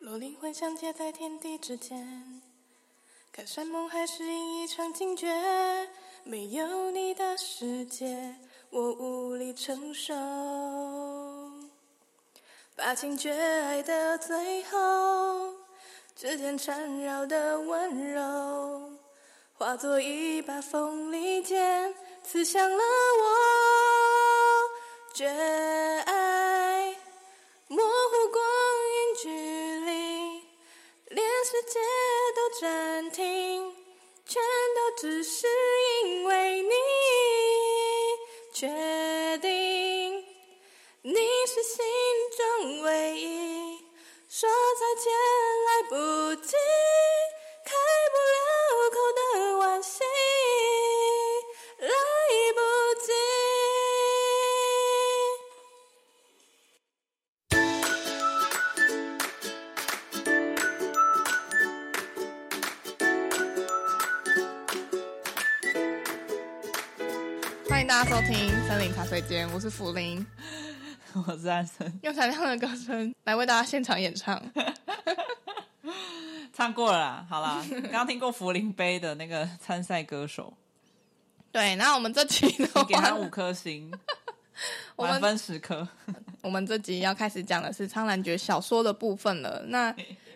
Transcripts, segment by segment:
若灵魂相接在天地之间，看山盟海誓应一场惊觉，没有你的世界我无力承受，把情绝爱的最后，指尖缠绕的温柔，化作一把锋利剑，刺向了我。绝爱模糊光阴距离，连世界都暂停，全都只是因为你。确定你是心中唯一，说再见来不及，开不了口的惋惜，来不及。欢迎大家收听森林茶水间，我是福林， 我是安生， 用闪亮的歌声来为大家现场演唱。 唱过了啦，好啦，刚刚听过福林杯的那个参赛歌手， 对，那我们这集的话， 你给他5颗星，满分10颗。 我们这集要开始讲的是苍兰诀小说的部分了。那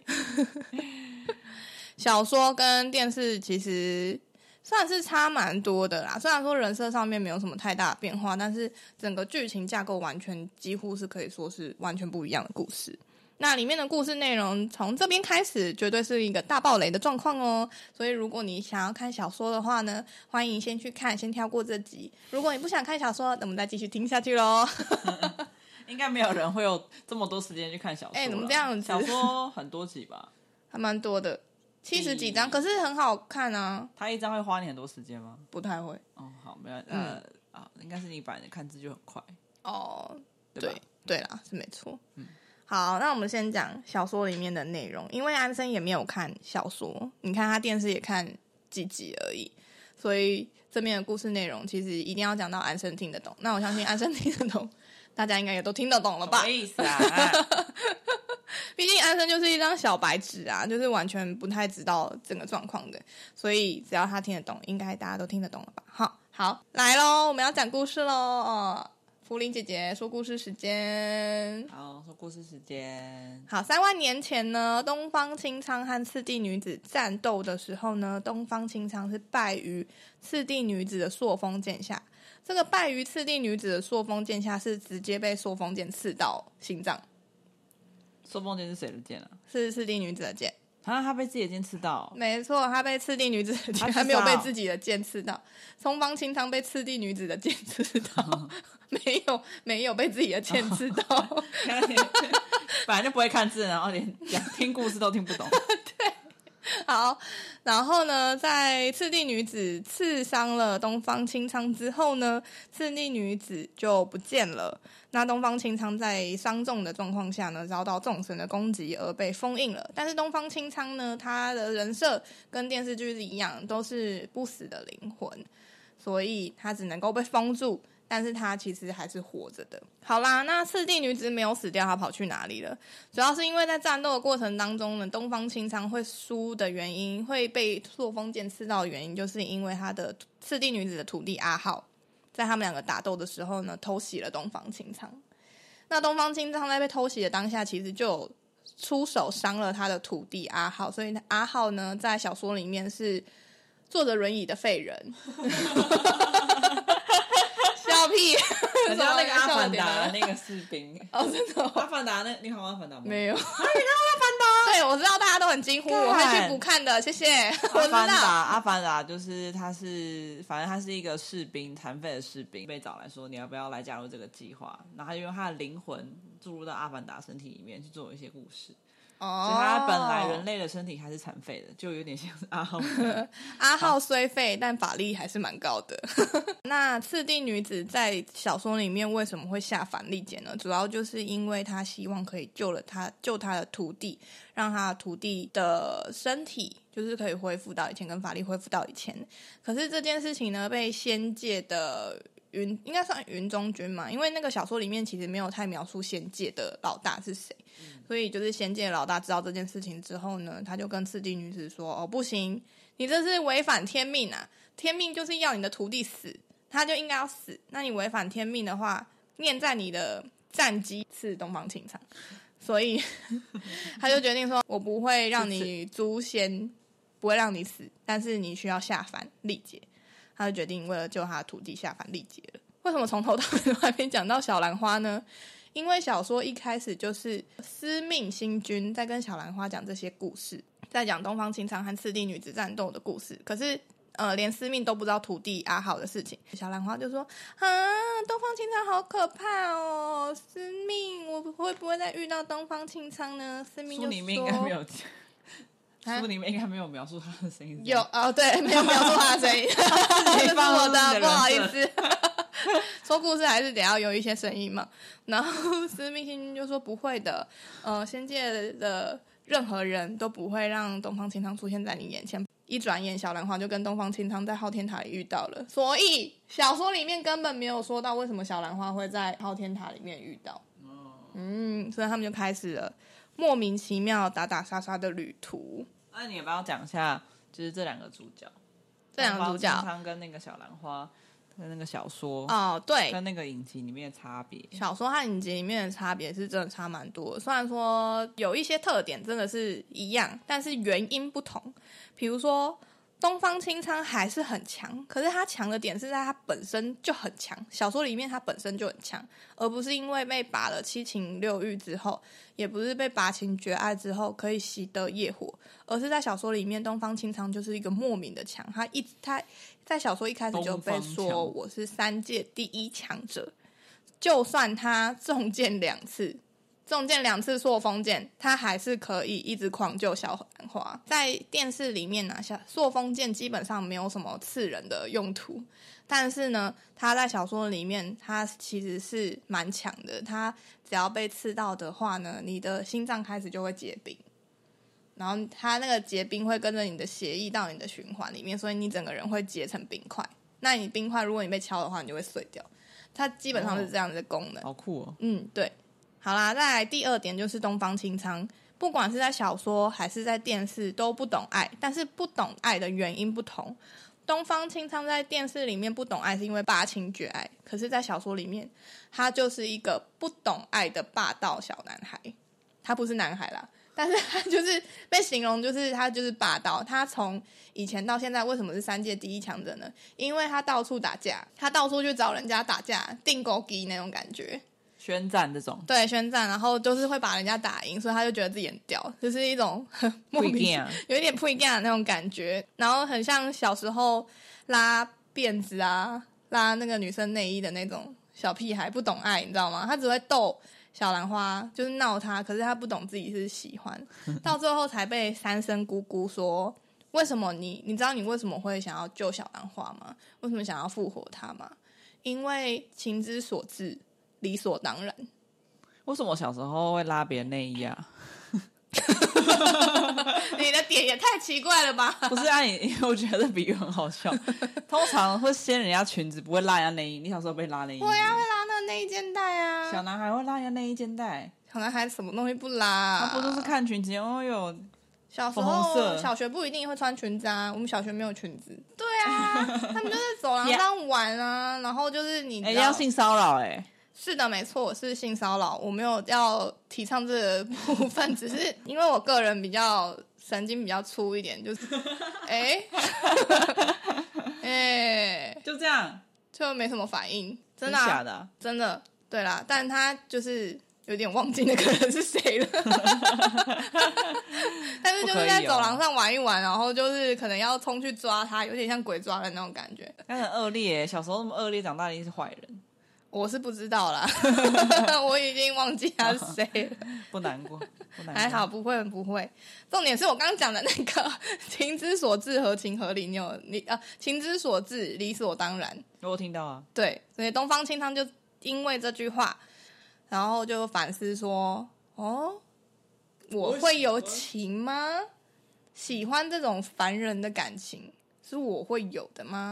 小说跟电视其实算是差蛮多的啦，虽然说人设上面没有什么太大的变化，但是整个剧情架构完全几乎是可以说是完全不一样的故事。那里面的故事内容从这边开始绝对是一个大爆雷的状况哦，所以如果你想要看小说的话呢，欢迎先去看，先跳过这集。如果你不想看小说，那我们再继续听下去咯。 应该没有人会有这么多时间去看小说。 怎么这样子？ 小说很多集吧？ 还蛮多的，70几章，可是很好看啊。 他一章会花你很多时间吗？ 不太会。 哦，好，没有，应该是你本来看字就很快。 哦， 对对啦，是没错。好，那我们先讲小说里面的内容，因为安生也没有看小说，你看他电视也看几集而已，所以这边的故事内容其实一定要讲到安生听得懂。那我相信安生听得懂，大家应该也都听得懂了吧？ 什么意思啊？ 毕竟安生就是一张小白纸啊，就是完全不太知道整个状况的，所以只要他听得懂，应该大家都听得懂了吧？好，来咯，我们要讲故事咯。福林姐姐说故事时间。 好，说故事时间。 好，3万年前呢，东方青苍和次第女子战斗的时候呢，东方青苍是败于次第女子的朔风剑下。这个败于次第女子的朔风剑下是直接被朔风剑刺到心脏。 朔风剑是谁的剑啊？ 是次第女子的剑。 他被自己的剑刺到。 没错，他被次第女子的剑，他没有被自己的剑刺到。东方青苍被次第女子的剑刺到，没有被自己的剑刺到。 本来就不会看字，然后连听故事都听不懂。 对，好，然后呢，在次第女子刺伤了东方青苍之后呢，次第女子就不见了。那东方青苍在伤重的状况下呢，遭到众神的攻击而被封印了。但是东方青苍呢，他的人设跟电视剧是一样，都是不死的灵魂，所以他只能够被封住，但是他其实还是活着的。好啦，那次第女子没有死掉，她跑去哪里了？主要是因为在战斗的过程当中呢，东方青苍会输的原因，会被朔风剑刺到的原因，就是因为他的次第女子的徒弟阿浩，在他们两个打斗的时候呢，偷袭了东方青苍。那东方青苍在被偷袭的当下，其实就有出手伤了他的徒弟阿浩，所以阿浩呢，在小说里面是坐着轮椅的废人。笑屁！ 很像那个阿凡达的那个士兵。 哦，真的哦？ 阿凡达你看过阿凡达吗？ 没有。你看过阿凡达？对，我知道大家都很惊呼，我会去补看的，谢谢。 阿凡达就是反正他是一个士兵，残废的士兵，被找来说你要不要来加入这个计划，然后他就用他的灵魂注入到阿凡达身体里面去做一些故事。所以他本来人类的身体还是残废的，就有点像是阿浩。 阿浩虽废，但法力还是蛮高的。那次第女子在小说里面为什么会下凡力剑呢？主要就是因为她希望可以救她的徒弟，让她徒弟的身体就是可以恢复到以前，跟法力恢复到以前。可是这件事情呢，被仙界的应该算云中君嘛，因为那个小说里面其实没有太描述仙界的老大是谁，所以就是仙界的老大知道这件事情之后呢，他就跟次第女子说：“哦，不行，你这是违反天命啊！天命就是要你的徒弟死，他就应该要死。那你违反天命的话，念在你的战绩是东方青苍。”所以他就决定说：“我不会让你诛仙，不会让你死，但是你需要下凡历劫。”他就决定为了救他的徒弟下凡历劫了。为什么从头到尾都还没讲到小兰花呢？因为小说一开始就是司命星君在跟小兰花讲这些故事，在讲东方青苍和次第女子战斗的故事。可是连司命都不知道徒弟阿好的事情。小兰花就说：“啊，东方青苍好可怕哦！司命，我会不会再遇到东方青苍呢？”司命就说：“ 书里面应该没有。”书里面应该没有描述他的声音。 有哦，对，没有描述他的声音，这是我的，不好意思。说故事还是得要有一些声音嘛。然后司命星君就说不会的，仙界的任何人都不会让东方青苍出现在你眼前。一转眼，小兰花就跟东方青苍在昊天塔里遇到了，所以小说里面根本没有说到为什么小兰花会在昊天塔里面遇到。所以他们就开始了莫名其妙打打杀杀的旅途。 那你也帮我讲一下，就是这两个主角，青苍跟那个小兰花跟那个小说对， 跟那个影集里面的差别。 小说和影集里面的差别是真的差蛮多的，虽然说有一些特点真的是一样，但是原因不同。比如说东方青苍还是很强，可是他强的点是在他本身就很强，小说里面他本身就很强，而不是因为被拔了七情六欲之后，也不是被拔情绝爱之后可以习得业火，而是在小说里面东方青苍就是一个莫名的强，他在小说一开始就被说我是三界第一强者，就算他中箭两次朔风剑，他还是可以一直狂救小兰花。在电视里面呢，朔风剑基本上没有什么刺人的用途，但是呢，他在小说里面他其实是蛮强的。他只要被刺到的话呢，你的心脏开始就会结冰，然后他那个结冰会跟着你的血液到你的循环里面，所以你整个人会结成冰块。那你冰块如果你被敲的话，你就会碎掉。它基本上是这样的功能。 好酷哦。 对。好啦，再来第二点就是东方青苍，不管是在小说还是在电视都不懂爱，但是不懂爱的原因不同。东方青苍在电视里面不懂爱是因为拔情绝爱，可是在小说里面他就是一个不懂爱的霸道小男孩。他不是男孩啦，但是他就是被形容就是他就是霸道。他从以前到现在为什么是三界第一强者呢？因为他到处打架，他到处去找人家打架，定勾机那种感觉， 宣战这种。 对，宣战，然后就是会把人家打赢，所以他就觉得自己很屌，就是一种很莫名有一点不一样的那种感觉，然后很像小时候拉辫子啊，拉那个女生内衣的那种小屁孩，不懂爱，你知道吗？他只会逗小兰花，就是闹他，可是他不懂自己是喜欢，到最后才被三生姑姑说，为什么你知道你为什么会想要救小兰花吗？为什么想要复活她吗？因为情之所至，理所当然。 为什么我小时候会拉别人内衣啊？ 你的点也太奇怪了吧？ 不是啊，我觉得比喻很好笑。通常会掀人家裙子，不会拉人家内衣。你小时候被拉内衣？ 会啊，会拉那个内衣肩带啊。 小男孩会拉人家内衣肩带？ 小男孩什么东西不拉啊？ 他不都是看裙子？哦哟， 小时候小学不一定会穿裙子啊，我们小学没有裙子。对啊，他们就在走廊上玩啊，然后就是你要性骚扰是的，没错，是性骚扰。我没有要提倡这个部分，只是因为我个人比较神经比较粗一点，就是就这样就没什么反应，真的真假的真的对啦，但他就是有点忘记那个人是谁了。但是就是在走廊上玩一玩，然后就是可能要冲去抓他，有点像鬼抓人那种感觉。 他很恶劣小时候那么恶劣，长大一定是坏人。 我是不知道啦。我已经忘记他是谁了。 不难过还好，不会。重点是我刚刚讲的那个情之所至，合情合理，情之所至，理所当然。 我有听到啊。 对，所以东方青苍就因为这句话，然后就反思说：我会有情吗？喜欢这种烦人的感情是我会有的吗？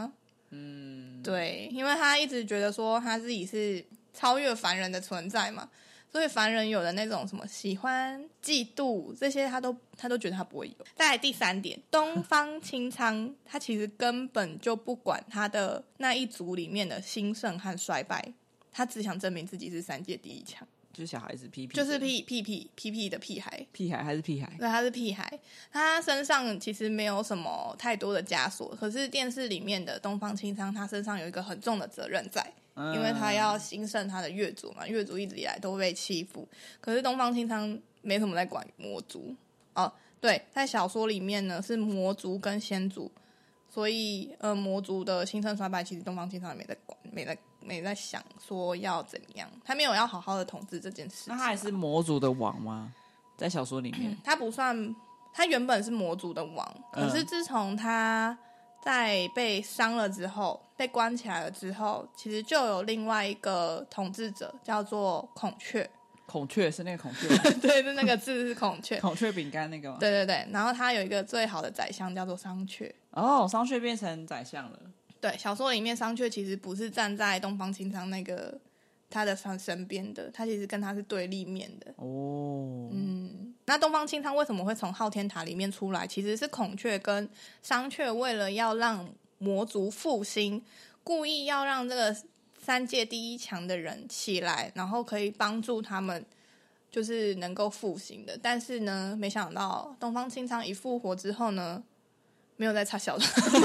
对，因为他一直觉得说他自己是超越凡人的存在嘛，所以凡人有的那种什么喜欢、嫉妒这些，他都觉得他不会有。再来第3点，东方青苍他其实根本就不管他的那一族里面的兴盛和衰败，他只想证明自己是3界第一强。 就是小孩子屁屁， 就是屁的屁孩， 屁孩还是屁孩？ 对，他是屁孩。他身上其实没有什么太多的枷锁，可是电视里面的东方青苍，他身上有一个很重的责任在，因为他要兴盛他的月族嘛，月族一直以来都被欺负，可是东方青苍没什么在管魔族哦。对，在小说里面呢是魔族跟仙族，所以魔族的兴盛衰败，其实东方青苍也没在管，没在想说要怎样，他没有要好好的统治这件事情。 那他还是魔族的王吗？在小说里面， 他不算，他原本是魔族的王，可是自从他在被伤了之后，被关起来了之后，其实就有另外一个统治者叫做孔雀。 孔雀是那个孔雀， 对，是那个字是孔雀， 孔雀饼干那个吗？ 对对对，然后他有一个最好的宰相叫做商榷。 哦，商榷变成宰相了。 对，小说里面商榷其实不是站在东方青苍那个他的身边的，他其实跟他是对立面的。 哦， 那东方青苍为什么会从昊天塔里面出来？其实是孔雀跟商榷为了要让魔族复兴，故意要让这个3界第一强的人起来，然后可以帮助他们就是能够复兴的。但是呢，没想到东方青苍一复活之后呢，没有再插小的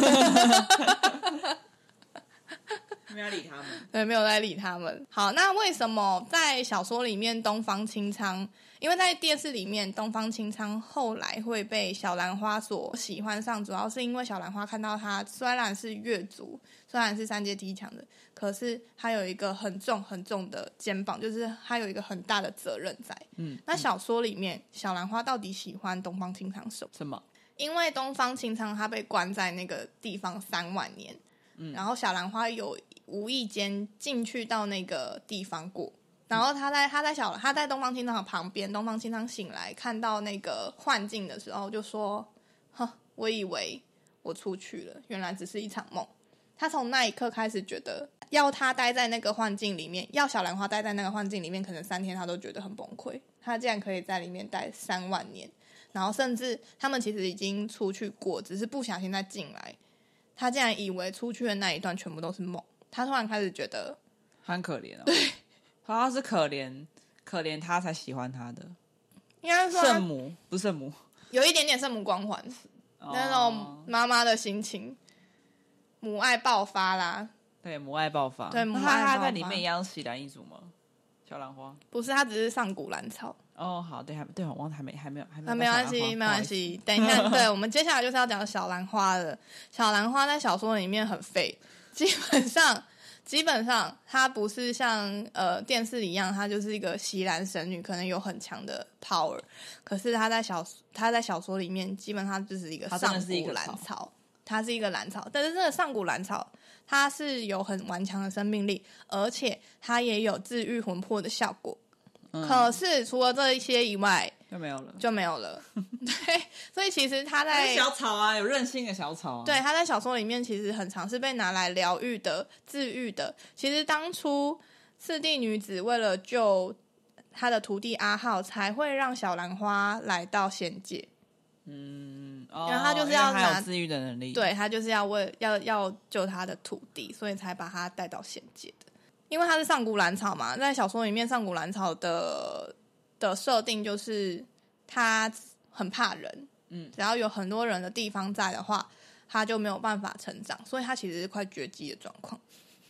没有理他们。 对，没有在理他们。好，那为什么在小说里面东方青苍，因为在电视里面东方青苍后来会被小兰花所喜欢上，主要是因为小兰花看到他虽然是月族，虽然是3界第一强的，可是他有一个很重很重的肩膀，就是他有一个很大的责任在。那小说里面小兰花到底喜欢东方青苍什么？因为东方青苍他被关在那个地方3万年，然后小兰花有无意间进去到那个地方过，然后他在东方青苍的旁边，东方青苍醒来看到那个幻境的时候就说：“哼，我以为我出去了，原来只是一场梦。”他从那一刻开始觉得，要他待在那个幻境里面，要小兰花待在那个幻境里面，可能3天他都觉得很崩溃。他竟然可以在里面待3万年，然后甚至他们其实已经出去过，只是不小心再进来。他竟然以为出去的那一段全部都是梦。他突然开始觉得很可怜哦。对，他是可怜他才喜欢他的。 应该说圣母不是圣母， 有一点点圣母光环，那种妈妈的心情，母爱爆发啦。 对，母爱爆发。 对，母爱爆发。 他在里面一样喜兰一族吗？小兰花不是，他只是上古兰草。 哦，好，对，对，我忘了，还没有， 没关系，没关系。等一下，对，我们接下来就是要讲小兰花了。小兰花在小说里面很废，基本上她不是像电视里一样，她就是一个锡兰神女，可能有很强的 power。可是她在小说里面，基本上就是一个上古兰草，它是一个兰草。但是这个上古兰草，它是有很顽强的生命力，而且它也有治愈魂魄的效果。可是除了这一些以外，就没有了。对，所以其实他在小草啊，有韧性的小草啊。 对，他在小说里面其实很常是被拿来疗愈的、治愈的。其实当初四地女子为了救他的徒弟阿浩，才会让小兰花来到仙界。然后他就是要拿治愈的能力， 对，他就是要要救他的徒弟，所以才把他带到仙界的。因为它是上古兰草嘛，在小说里面上古兰草的设定就是它很怕人，只要有很多人的地方在的话，它就没有办法成长，所以它其实是快绝迹的状况。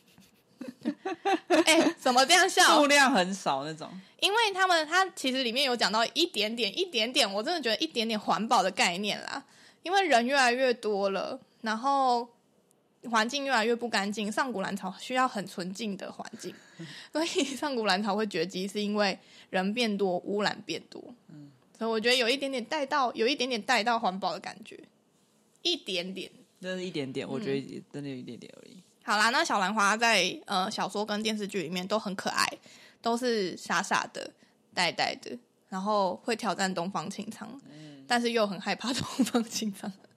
怎么这样笑？ 数量很少那种。 因为它其实里面有讲到一点点，我真的觉得一点点环保的概念啦。因为人越来越多了，然后环境越来越不干净，上古兰草需要很纯净的环境，所以上古兰草会绝迹，是因为人变多，污染变多。所以我觉得有一点点带到环保的感觉，一点点， 真的一点点，我觉得真的有一点点而已。 好啦，那小兰花在小说跟电视剧里面都很可爱，都是傻傻的、呆呆的，然后会挑战东方青苍，但是又很害怕东方青苍。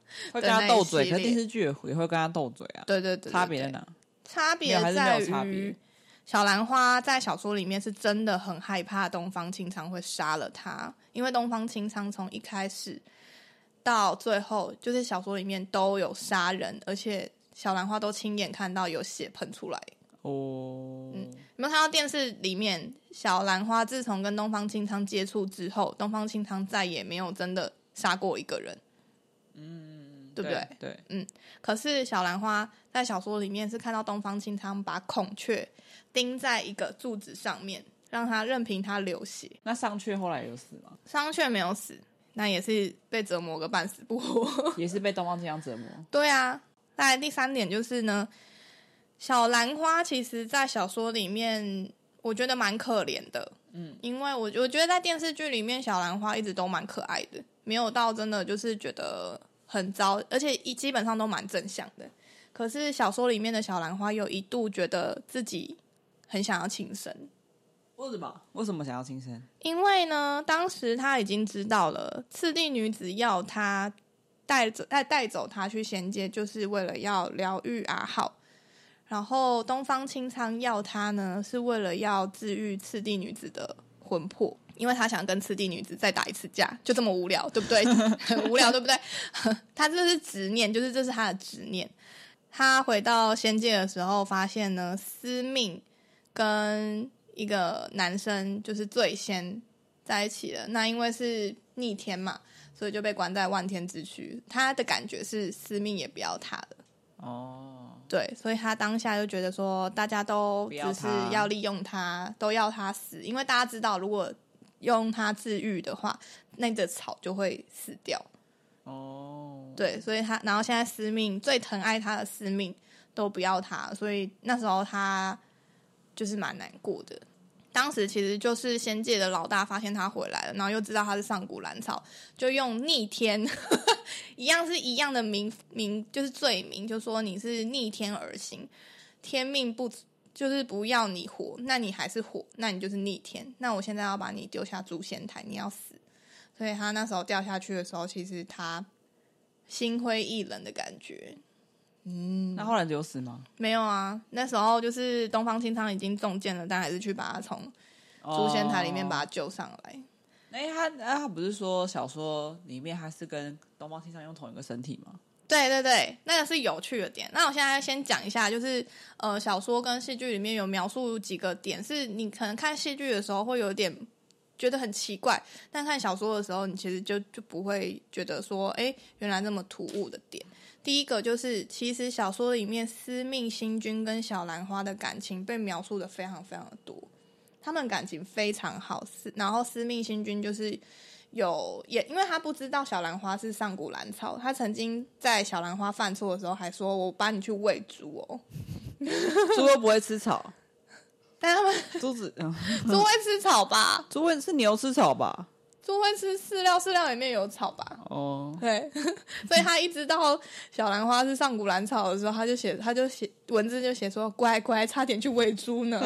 会跟他斗嘴， 的那一系列可是电视剧也会跟他斗嘴啊。 对对对， 差别在哪？ 差别在于小兰花在小说里面是真的很害怕东方青苍会杀了他，因为东方青苍从一开始到最后，就是小说里面都有杀人，而且小兰花都亲眼看到有血喷出来。 哦， 有没有看到电视里面小兰花自从跟东方青苍接触之后，东方青苍再也没有真的杀过一个人，对不对？ 对， 可是小兰花在小说里面是看到东方青苍把孔雀钉在一个柱子上面，让他任凭他流血。 那上雀后来有死吗？ 商榷没有死，那也是被折磨个半死不活。 也是被东方青苍折磨。 对啊，再来第三点就是呢，小兰花其实在小说里面我觉得蛮可怜的，因为我觉得在电视剧里面小兰花一直都蛮可爱的，没有到真的就是觉得很糟，而且基本上都蛮正向的。可是小说里面的小兰花有一度觉得自己很想要轻生。 为什么？为什么想要轻生？ 因为呢，当时他已经知道了次第女子要他带走他去仙界，就是为了要疗愈阿浩。然后东方青苍要他呢，是为了要治愈次第女子的魂魄，因为他想跟次第女子再打一次架，就这么无聊，对不对？很无聊，对不对？他这是执念，就是这是他的执念。他回到仙界的时候，发现呢，司命跟一个男生就是最先在一起了。那因为是逆天嘛，所以就被关在万天之躯。他的感觉是司命也不要他的。 哦， 对，所以他当下就觉得说，大家都只是要利用他，都要他死，因为大家知道，如果用他治愈的话，那个草就会死掉。 哦， 对，所以他，然后现在司命最疼爱他的司命都不要他，所以那时候他就是蛮难过的。当时其实就是仙界的老大发现他回来了，然后又知道他是上古兰草，就用逆天一样的名就是罪名，就说你是逆天而行，天命不就是不要你活，那你还是活，那你就是逆天，那我现在要把你丢下诛仙台，你要死。所以他那时候掉下去的时候，其实他心灰意冷的感觉。 那后来有死吗？ 没有啊，那时候就是东方青苍已经中箭了，但还是去把他从诛仙台里面把他救上来。 他不是说小说里面他是跟东方青苍用同一个身体吗？ 对对对，那个是有趣的点。那我现在先讲一下，就是小说跟戏剧里面有描述几个点，是你可能看戏剧的时候会有点觉得很奇怪，但看小说的时候，你其实就不会觉得说，哎，原来那么突兀的点。第一个就是，其实小说里面司命星君跟小兰花的感情被描述的非常非常的多，他们感情非常好。然后司命星君就是也因为他不知道小兰花是上古兰草，他曾经在小兰花犯错的时候还说：“我把你去喂猪哦。” 猪都不会吃草。 但他们猪会吃草吧？ 猪会是牛吃草吧？ 猪会吃饲料，饲料里面有草吧？ 哦， 对，所以他一知道小兰花是上古兰草的时候，他就写文字就写说乖乖，差点去喂猪呢。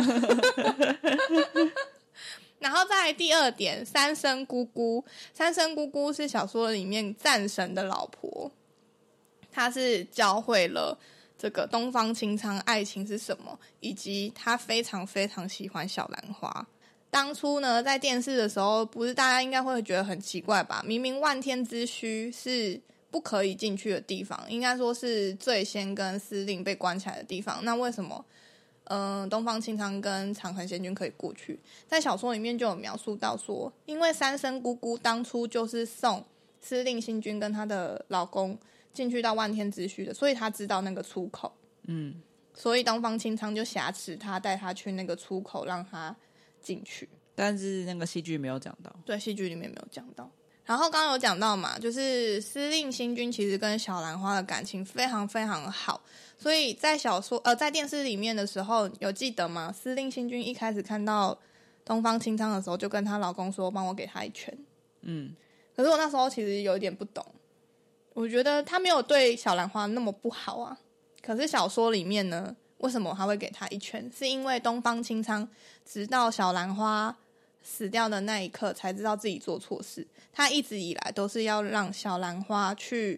然后再来第二点，三生姑姑是小说里面战神的老婆，她是教会了这个东方青苍爱情是什么，以及他非常非常喜欢小兰花。当初呢，在电视的时候，不是大家应该会觉得很奇怪吧？明明万天之墟是不可以进去的地方，应该说是最先跟司令被关起来的地方，那为什么东方青苍跟长恒仙君可以过去？在小说里面就有描述到说，因为三生姑姑当初就是送司令星君跟她的老公进去到万天之墟的，所以他知道那个出口。所以东方青苍就挟持他，带他去那个出口，让他进去。 但是那个戏剧没有讲到。 对，戏剧里面没有讲到。然后刚刚有讲到嘛，就是司令星君其实跟小兰花的感情非常非常好，所以在在电视里面的时候，有记得吗？司令星君一开始看到东方青苍的时候，就跟她老公说：“帮我给他一拳。”可是我那时候其实有一点不懂，我觉得他没有对小兰花那么不好啊。可是小说里面呢，为什么他会给他一拳？是因为东方青苍直到小兰花死掉的那一刻才知道自己做错事，他一直以来都是要让小兰花去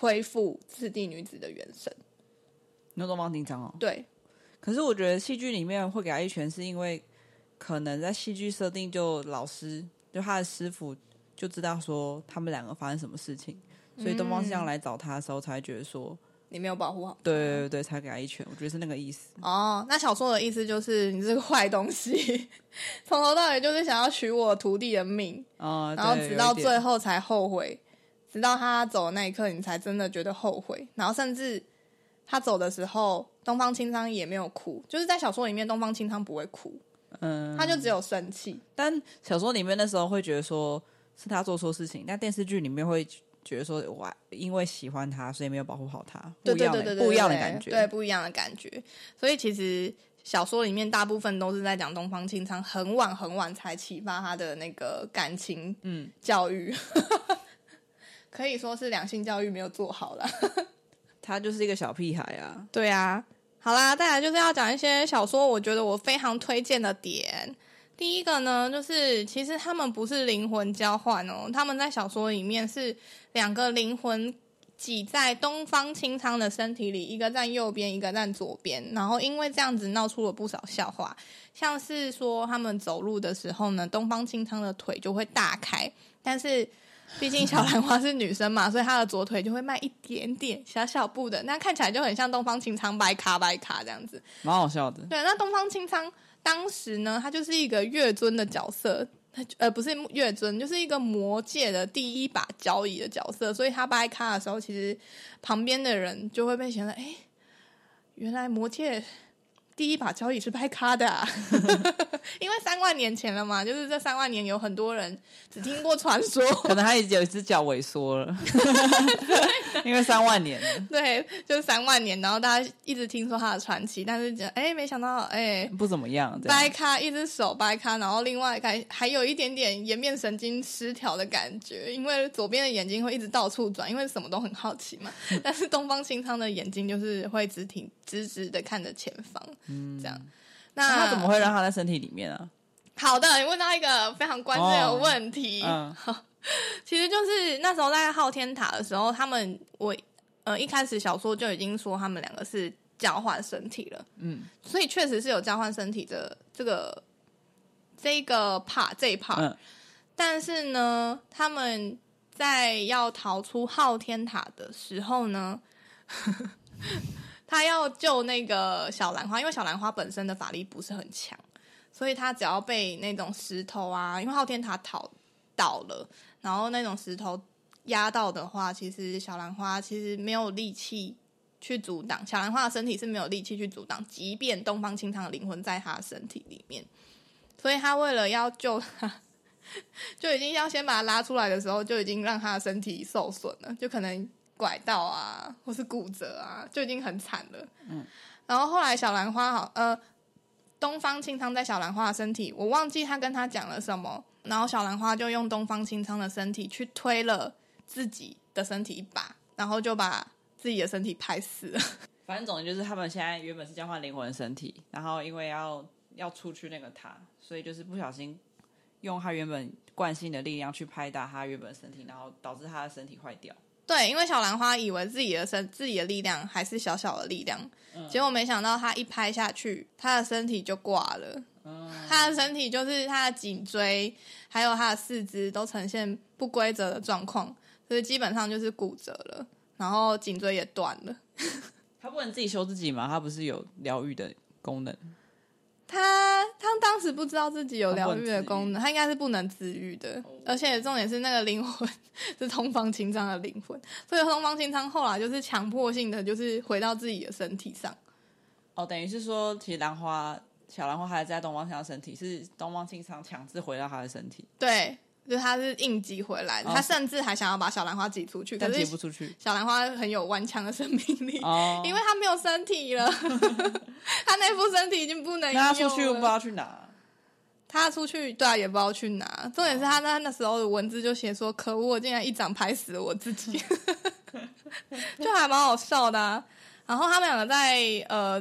恢复次第女子的原神。 你说东方青苍哦？ 对， 可是我觉得戏剧里面会给他一拳，是因为可能在戏剧设定就老师就他的师傅就知道说他们两个发生什么事情，所以东方青苍来找他的时候才会觉得说你没有保护好。 对对对，才给他一拳，我觉得是那个意思。 哦，那小说的意思就是你这个坏东西，从头到尾就是想要取我徒弟的命，然后直到最后才后悔，直到他走的那一刻，你才真的觉得后悔。然后甚至他走的时候，东方青苍也没有哭，就是在小说里面，东方青苍不会哭，他就只有生气。 但小说里面那时候会觉得说是他做错事情，但电视剧里面会觉得说我因为喜欢他，所以没有保护好他，不一样的感觉， 对，不一样的感觉。所以其实小说里面大部分都是在讲东方青苍很晚很晚才启发他的那个感情教育，可以说是两性教育没有做好啦。 他就是一个小屁孩啊。 对啊，好啦，再来就是要讲一些小说我觉得我非常推荐的点。第一个呢，就是其实他们不是灵魂交换哦，他们在小说里面是两个灵魂挤在东方青苍的身体里，一个站右边，一个站左边，然后因为这样子闹出了不少笑话，像是说他们走路的时候呢，东方青苍的腿就会大开，但是毕竟小兰花是女生嘛，所以她的左腿就会迈一点点小小步的，那看起来就很像东方青苍掰卡这样子， 蛮好笑的。 对，那东方青苍当时呢，他就是一个月尊的角色，不是月尊，就是一个魔界的第一把交椅的角色，所以他掰咖的时候，其实旁边的人就会被想到，哎，原来魔界第一把交椅是拍咖的啊，因为3万年前了嘛，就是这3万年有很多人只听过传说， 可能他有一只脚萎缩了，因为3万年了。 对，就是3万年，然后大家一直听说他的传奇，但是没想到不怎么样， 掰咖一只手掰咖，然后另外还有一点点颜面神经失调的感觉，因为左边的眼睛会一直到处转，因为什么都很好奇嘛，但是东方青苍的眼睛就是会直直的看着前方。这样，那他怎么会让他在身体里面啊？ 好的，你问到一个非常关键的问题。其实就是那时候在昊天塔的时候，一开始小说就已经说他们两个是交换身体了，所以确实是有交换身体的这一个 part，但是呢，他们在要逃出昊天塔的时候呢。他要救那个小兰花，因为小兰花本身的法力不是很强，所以他只要被那种石头啊，因为昊天塔倒了，然后那种石头压到的话，其实小兰花其实没有力气去阻挡，小兰花的身体是没有力气去阻挡，即便东方青苍的灵魂在他的身体里面，所以他为了要救他，就已经要先把他拉出来的时候，就已经让他的身体受损了，就可能拐到啊，或是骨折啊，就已经很惨了。然后后来小兰花东方青苍在小兰花的身体，我忘记他跟他讲了什么，然后小兰花就用东方青苍的身体去推了自己的身体一把，然后就把自己的身体拍死了。 反正总之就是他们现在原本是交换灵魂的身体，然后因为要出去那个塔，所以就是不小心用他原本惯性的力量去拍打他原本的身体，然后导致他的身体坏掉。 对，因为小兰花以为自己的力量还是小小的力量，结果没想到他一拍下去，他的身体就挂了。他的身体就是他的颈椎还有他的四肢都呈现不规则的状况，所以基本上就是骨折了，然后颈椎也断了。 他不能自己修自己吗？他不是有疗愈的功能？ 他当时不知道自己有疗愈的功能，他应该是不能自愈的，而且重点是那个灵魂是东方青苍的灵魂，所以东方青苍后来就是强迫性的就是回到自己的身体上。 等于是说其实小兰花还在东方青苍身体，是东方青苍强制回到他的身体。对， 就是他是硬挤回来的，他甚至还想要把小兰花挤出去， 但挤不出去。 小兰花很有顽强的生命力，因为他没有身体了，他那副身体已经不能用了。 那他出去不知道去哪？ 他出去对啊，也不知道去哪。重点是他那时候的文字就写说：“可恶，我竟然一掌拍死了我自己。”就还蛮好笑的啊。然后他们两个在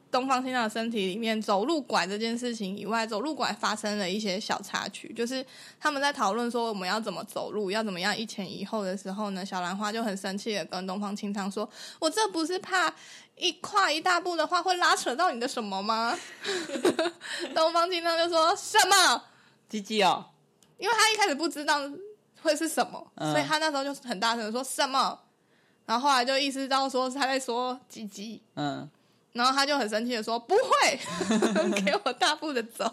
东方青苍的身体里面走路拐这件事情以外，走路拐发生了一些小插曲，就是他们在讨论说我们要怎么走路，要怎么样一前一后的时候呢，小兰花就很生气的跟东方青苍说，我这不是怕跨一大步的话会拉扯到你的什么吗？东方青苍就说什么鸡鸡哦， 因为他一开始不知道会是什么，所以他那时候就很大声的说什么，然后后来就意识到说他在说鸡鸡，然后他就很生气的说不会给我大步的走。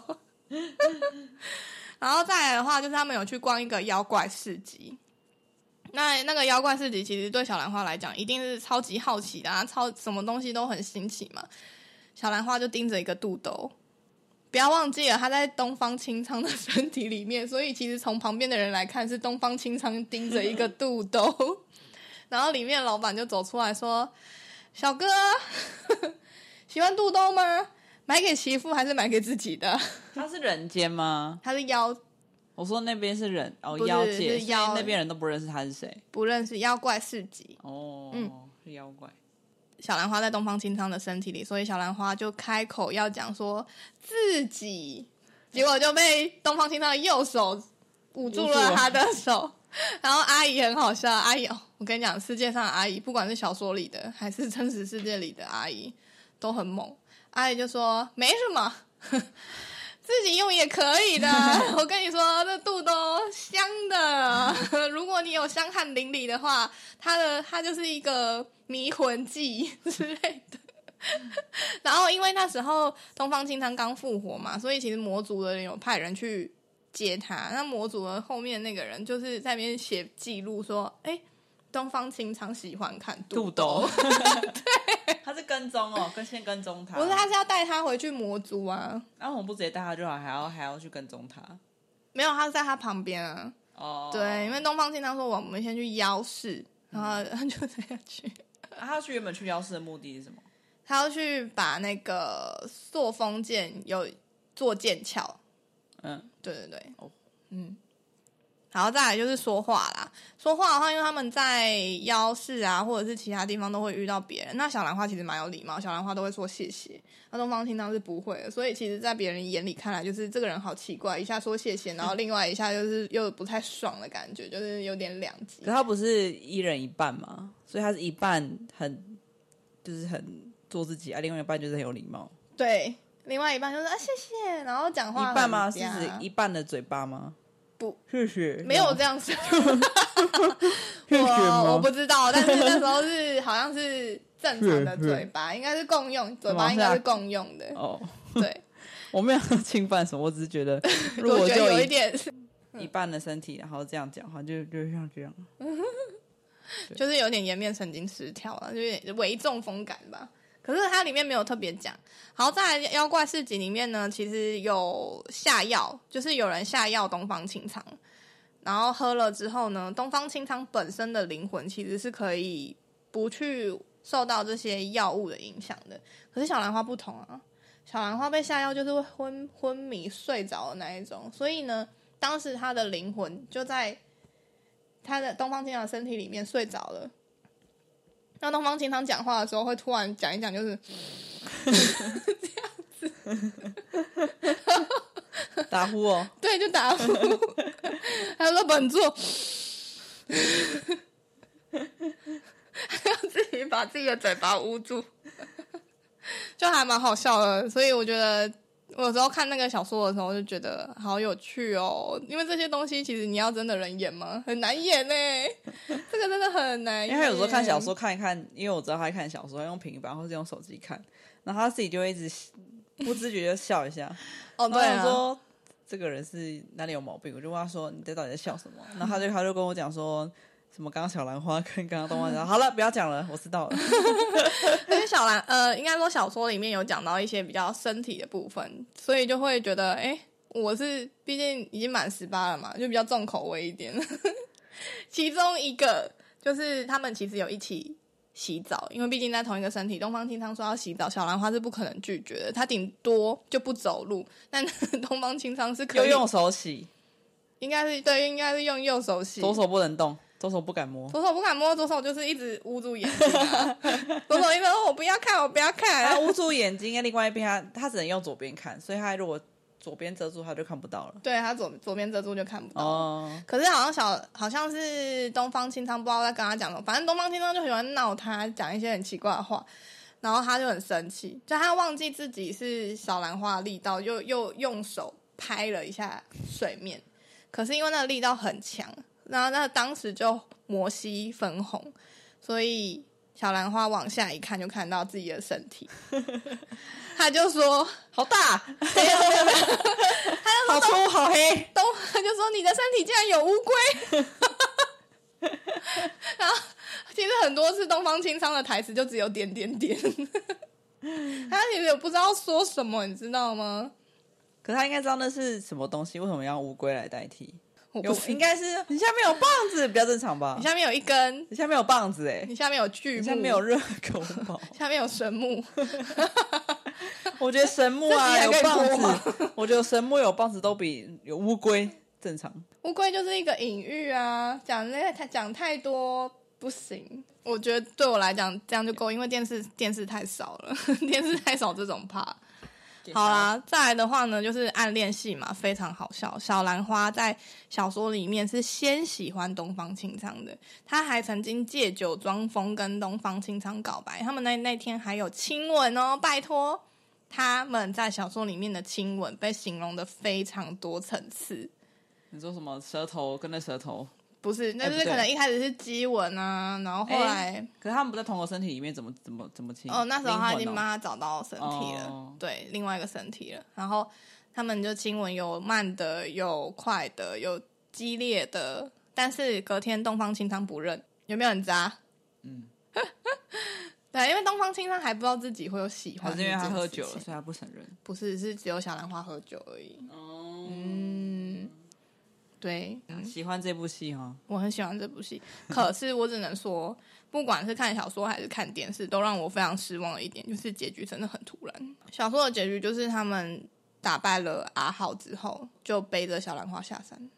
然后再来的话就是他们有去逛一个妖怪市集，那个妖怪市集其实对小兰花来讲一定是超级好奇的啊，什么东西都很新奇嘛。小兰花就盯着一个肚兜，不要忘记了他在东方青苍的身体里面，所以其实从旁边的人来看是东方青苍盯着一个肚兜。然后里面的老板就走出来说，小哥喜欢肚兜吗？买给媳妇还是买给自己的？ 他是人间吗？ 他是妖。 我说那边是人哦， 不是妖界， 是妖， 所以那边人都不认识他是谁。 不认识，妖怪市集。 是妖怪。 小兰花在东方青苍的身体里，所以小兰花就开口要讲说自己，结果就被东方青苍的右手捂住了他的手。然后阿姨很好笑，阿姨我跟你讲，世界上的阿姨，不管是小说里的还是真实世界里的阿姨，都很猛。阿姨就说没什么，自己用也可以的。我跟你说，这肚兜香的，如果你有香汗淋漓的话，它就是一个迷魂剂之类的。然后因为那时候东方青苍刚复活嘛，所以其实魔族的人有派人去接他。那魔族的后面那个人就是在那边写记录说，东方青苍喜欢看肚兜。 对，他是跟踪哦，先跟踪他。 不是，他是要带他回去魔族啊。 然后我们不直接带他就好，还要去跟踪他？ 没有，他在他旁边啊。对，因为东方青苍说我们先去妖室，然后他就这样去。 他原本去妖室的目的是什么？ 他要去把那个塑封剑有做剑鞘。对对对。然后再来就是说话啦，说话的话，因为他们在妖室啊，或者是其他地方都会遇到别人。那小兰花其实蛮有礼貌，小兰花都会说谢谢。那东方青苍是不会的，所以其实在别人眼里看来，就是这个人好奇怪，一下说谢谢，然后另外一下就是又不太爽的感觉，就是有点两极。 可他不是一人一半吗？所以他是一半就是很做自己啊，另外一半就是很有礼貌。 对，另外一半就是谢谢，然后讲话一半吗？是指一半的嘴巴吗？ 不， 谢谢， 没有这样子。我不知道，但是那时候是好像是正常的嘴巴，应该是共用，嘴巴应该是共用的。对， 我没有侵犯什么，我只是觉得，如果我觉得有一点一半的身体，然后这样讲话，就像这样， 就是有点颜面神经失调了，就有点微中风感吧。可是它里面没有特别讲。好，在妖怪市集里面呢，其实有下药，就是有人下药东方青苍，然后喝了之后呢，东方青苍本身的灵魂其实是可以不去受到这些药物的影响的。可是小兰花不同啊，小兰花被下药就是会昏迷睡着的那一种，所以呢，当时他的灵魂就在他的东方青苍的身体里面睡着了。那东方青苍讲话的时候会突然讲一讲，就是这样子打呼哦， 对，就打呼，还有本座，还要自己把自己的嘴巴捂住，就还蛮好笑的。所以我觉得我有时候看那个小说的时候就觉得好有趣哦，因为这些东西其实你要真的人演吗？很难演耶，这个真的很难演。 因为他有时候看小说看一看，因为我知道他看小说用平板或是用手机看，然后他自己就会一直不自觉就笑一下。 对啊， 我说这个人是哪里有毛病？我就问他说：“你到底在笑什么？”然后他就跟我讲说什么刚刚小兰花跟刚刚东方讲，好了，不要讲了，我知道了。 因为应该说小说里面有讲到一些比较身体的部分，所以就会觉得，我是毕竟已经满18了嘛，就比较重口味一点。其中一个就是他们其实有一起洗澡，因为毕竟在同一个身体，东方青苍说要洗澡，小兰花是不可能拒绝的，他顶多就不走路，但东方青苍是可以又用手洗， 应该是用右手洗， 左手不能动。 左手不敢摸， 左手不敢摸，左手就是一直捂住眼睛啊，左手一直说我不要看，我不要看， 他捂住眼睛，另外一边他只能用左边看，所以他如果左边遮住，他就看不到了。 对，他左边遮住就看不到。 哦， 可是好像是东方青苍不知道在跟他讲什么，反正东方青苍就喜欢闹他，讲一些很奇怪的话，然后他就很生气，就他忘记自己是小兰花的力道，又用手拍了一下水面，可是因为那个力道很强，然后那当时就摩西分红，所以小兰花往下一看就看到自己的身体，他就说好大， 没有， 好粗好黑， 他就说你的身体竟然有乌龟。然后其实很多次东方青苍的台词就只有点点点，他其实也不知道说什么，你知道吗？ 可是他应该知道那是什么东西，为什么要乌龟来代替？应该该是你下面有棒子比较正常吧？ 你下面有一根， 你下面有棒子你下面有巨木， 你下面有热狗堡， 下面有神木。 我觉得神木啊有棒子， 我觉得神木有棒子都比有乌龟正常。 乌龟就是一个隐喻啊，讲太多不行。我觉得对我来讲这样就够，因为电视太少了，电视太少这种怕。好啦，再来的话呢，就是暗恋戏嘛，非常好笑。小兰花在小说里面是先喜欢东方青苍的，她还曾经借酒装疯跟东方青苍告白，他们那天还有亲吻哦，拜托。他们在小说里面的亲吻被形容的非常多层次。 你说什么舌头跟那舌头？ 不是，那就是可能一开始是激吻啊，然后后来， 可是他们不在同个身体里面，怎么亲？ 哦，那时候他已经帮他找到身体了，对，另外一个身体了。然后他们就亲吻，有慢的，有快的，有激烈的，但是隔天东方青苍不认，有没有很渣？对，因为东方青苍还不知道自己会有喜欢， 还是因为他喝酒了，所以他不承认？ 不是，是只有小兰花喝酒而已。对， 喜欢这部戏哈， 我很喜欢这部戏。可是我只能说，不管是看小说还是看电视，都让我非常失望的一点就是结局真的很突然。小说的结局就是他们打败了阿浩之后，就背着小兰花下山，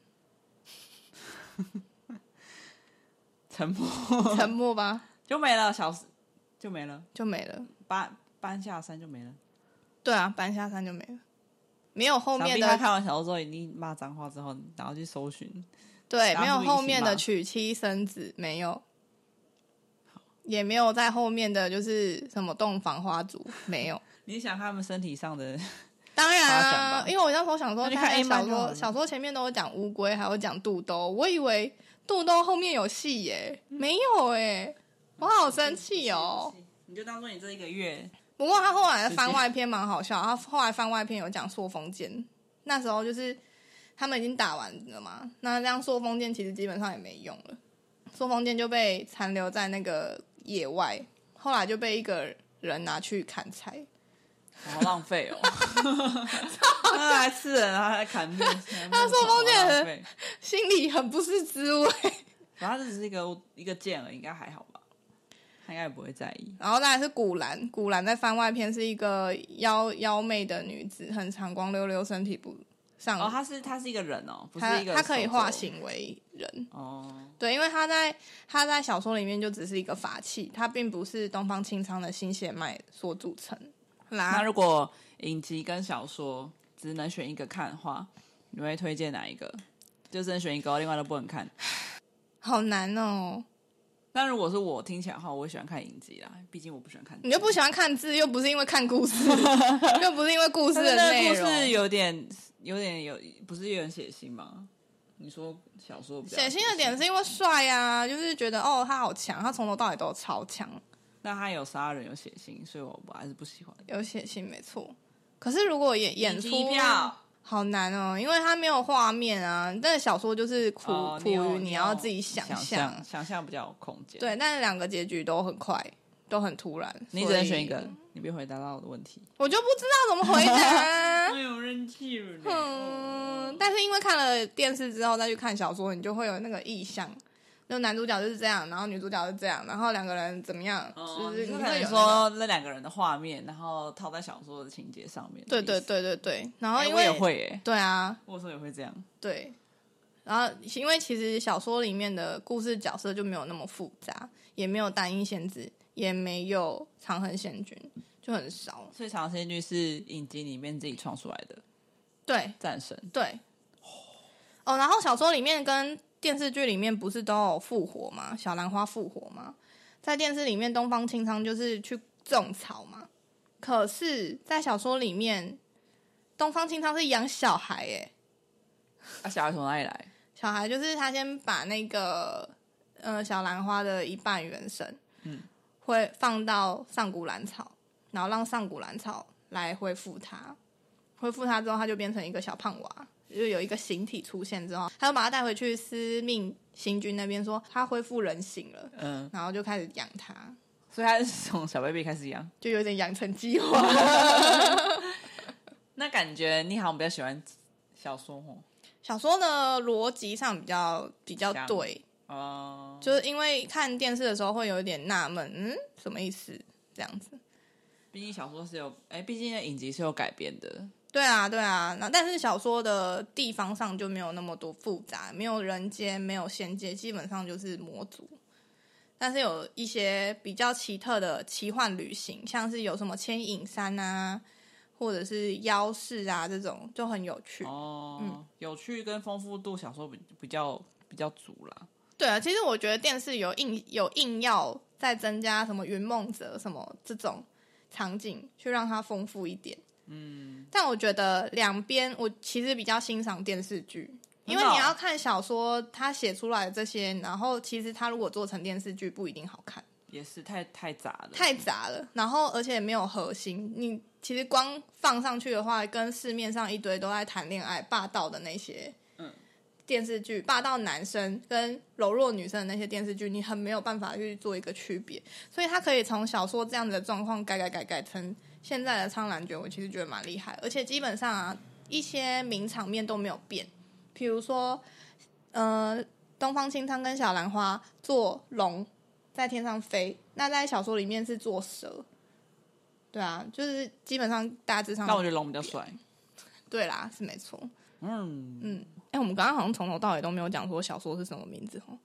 沉默， 沉默吧， 就没了，就没了， 就没了， 搬下山就没了。 对啊，搬下山就没了。没有后面的， 他看完小说之后，一定骂脏话之后，然后去搜寻。 对，没有后面的娶妻生子，没有，也没有在后面的就是什么洞房花烛，没有。 你想他们身体上的？ 当然啊，因为我那时候想说， 看小说前面都有讲乌龟，还有讲肚兜，我以为肚兜后面有戏耶，没有耶，我好生气哦。 你就当做你这一个月。 不过他后来的番外篇蛮好笑，他后来番外篇有讲朔风剑，那时候就是他们已经打完了嘛，那这样朔风剑其实基本上也没用了，朔风剑就被残留在那个野外，后来就被一个人拿去砍柴， 好浪费哦！他还吃人，他还砍木， 他朔风剑心里很不是滋味。 反正这只是一个剑而已，应该还好吧？他应该也不会在意。 然后再来是古兰，古兰在番外篇是一个妖媚的女子，很长光溜溜，身体不上。 哦，她是一个人哦，不是一个。 她可以化形为人哦。对，因为她在小说里面就只是一个法器，她并不是东方青苍的心血脉所组成。 那如果影集跟小说只能选一个看的话，你会推荐哪一个？就只能选一个，另外都不能看。 好难哦。 但如果是我听起来的话，我会喜欢看影集啦，毕竟我不喜欢看字。 你又不喜欢看字，又不是因为看故事，又不是因为故事的内容。 故事有点不是有点血腥吗？你说小说比较血腥的点是因为帅啊，就是觉得哦他好强，他从头到尾都超强。 那他有杀人有血腥，所以我还是不喜欢。 有血腥没错，可是如果演出票好难哦，因为它没有画面啊。但是小说就是苦于你要自己想象比较有空间。 对，但是两个结局都很快，都很突然。 你只能选一个，你别回答到我的问题。 我就不知道怎么回答。 没有人气了。 但是因为看了电视之后再去看小说，你就会有那个意象。就男主角就是这样，然后女主角是这样，然后两个人怎么样？就是你可以说那两个人的画面，然后套在小说的情节上面。 对。然后因为我也会耶。 对啊， 我有时候也会这样。 对。 然后因为其实小说里面的故事角色就没有那么复杂，也没有单一仙子，也没有长恒仙君，就很少。 所以长恒仙君是影集里面自己创出来的， 对战神。 对。哦，然后小说里面跟电视剧里面不是都有复活吗？小兰花复活吗？在电视里面东方青苍就是去种草嘛，可是在小说里面东方青苍是养小孩耶。 小孩从哪里来？ 小孩就是他先把那个小兰花的一半元神会放到上古兰草，然后让上古兰草来恢复它，恢复它之后他就变成一个小胖娃，就有一个形体出现之后，他就把他带回去司命星君那边说他恢复人形了，然后就开始养他， 所以他是从小 baby 开始养， 就有点养成计划。 那感觉你好像比较喜欢小说哦。 小说的逻辑上比较对，就是因为看电视的时候会有一点纳闷，什么意思这样子？ 毕竟小说是有，毕竟影集是有改编的。 对啊，对啊，但是小说的地方上就没有那么多复杂，没有人间，没有仙界，基本上就是魔族。但是有一些比较奇特的奇幻旅行，像是有什么牵引山啊，或者是妖式啊，这种就很有趣。 有趣跟丰富度小说比较足啦。 对啊，其实我觉得电视有硬要再增加什么云梦泽什么这种场景，去让它丰富一点。但我觉得两边我其实比较欣赏电视剧，因为你要看小说他写出来的这些，然后其实他如果做成电视剧不一定好看， 也是太杂了， 太杂了，然后而且没有核心。你其实光放上去的话，跟市面上一堆都在谈恋爱霸道的那些电视剧，霸道男生跟柔弱女生的那些电视剧，你很没有办法去做一个区别。所以他可以从小说这样子的状况改成现在的苍兰诀，我其实觉得蛮厉害，而且基本上啊一些名场面都没有变，比如说东方青苍跟小兰花做龙在天上飞，那在小说里面是做蛇。对啊，就是基本上大致上。 但我觉得龙比较帅。 对啦，是没错。我们刚刚好像从头到尾都没有讲说小说是什么名字哦。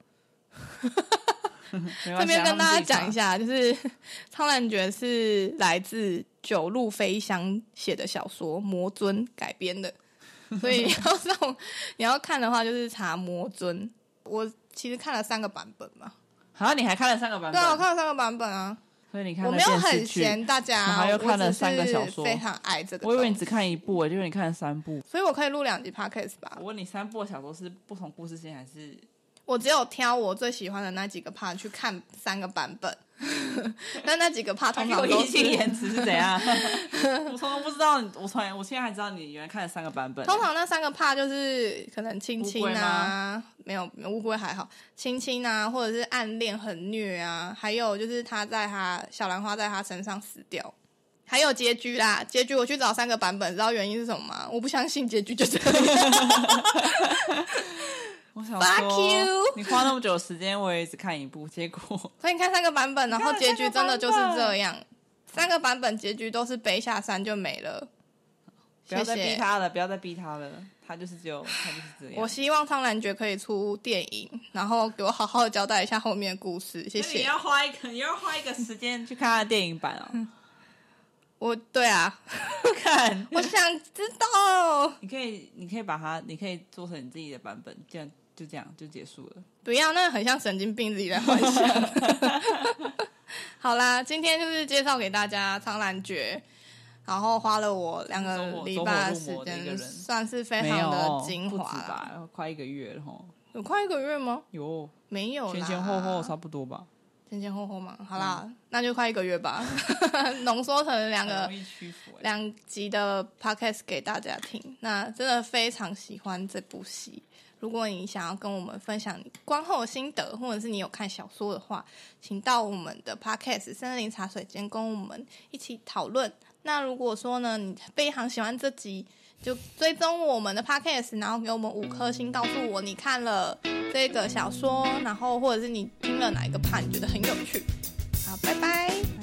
这边跟大家讲一下，就是《苍兰诀》是来自九路飞香写的小说，魔尊改编的，所以你要看的话，就是查魔尊。我其实看了3个版本吧。 你还看了3个版本？ 对啊，我看了3个版本啊。 所以你看了我没有很嫌大家， 然后又看了3个小说， 非常爱这个。 我以为你只看1部，就以为你看了3部， 所以我可以录2集 podcast 吧。 我问你，3部的小说是不同故事线还是？ 我只有挑我最喜欢的那几个 part 去看3个版本。那几个 part 通常都是言辞是怎样？我从来不知道，我现在还知道你原来看了3个版本。 通常那3个 part 就是可能亲亲啊，没有乌龟还好，亲亲啊，或者是暗恋很虐啊，还有就是小兰花在他身上死掉，还有结局啦。结局我去找3个版本，知道原因是什么吗？我不相信结局就这样。 我想说，你花那么久的时间，我也只看1部，结果所以你看3个版本，然后结局真的就是这样。3个版本结局都是背下山就没了。 不要再逼他了，不要再逼他了，他就是这样。 我希望苍兰诀可以出电影，然后给我好好的交代一下后面的故事，谢谢。 你要花一个时间去看他的电影版哦。 对啊， 看， 我想知道。 你可以把它，你可以做成你自己的版本，这样就结束了。 不要，那很像神经病自己在幻想。好啦，今天就是介绍给大家苍兰诀，然后花了我2个礼拜的时间，算是非常的精华吧，快1个月了齁。 有快1个月吗？ 有， 没有啦， 前后差不多吧。 前后嘛，好啦，那就快1个月吧，浓缩成2集的 podcast 给大家听。那真的非常喜欢这部戏，如果你想要跟我们分享你观后的心得，或者是你有看小说的话，请到我们的 podcast 森林茶水间跟我们一起讨论。那如果说呢，你非常喜欢这集，就追踪我们的 podcast， 然后给我们5颗星，告诉我你看了这个小说，然后或者是你听了哪一个part你觉得很有趣。好，拜拜。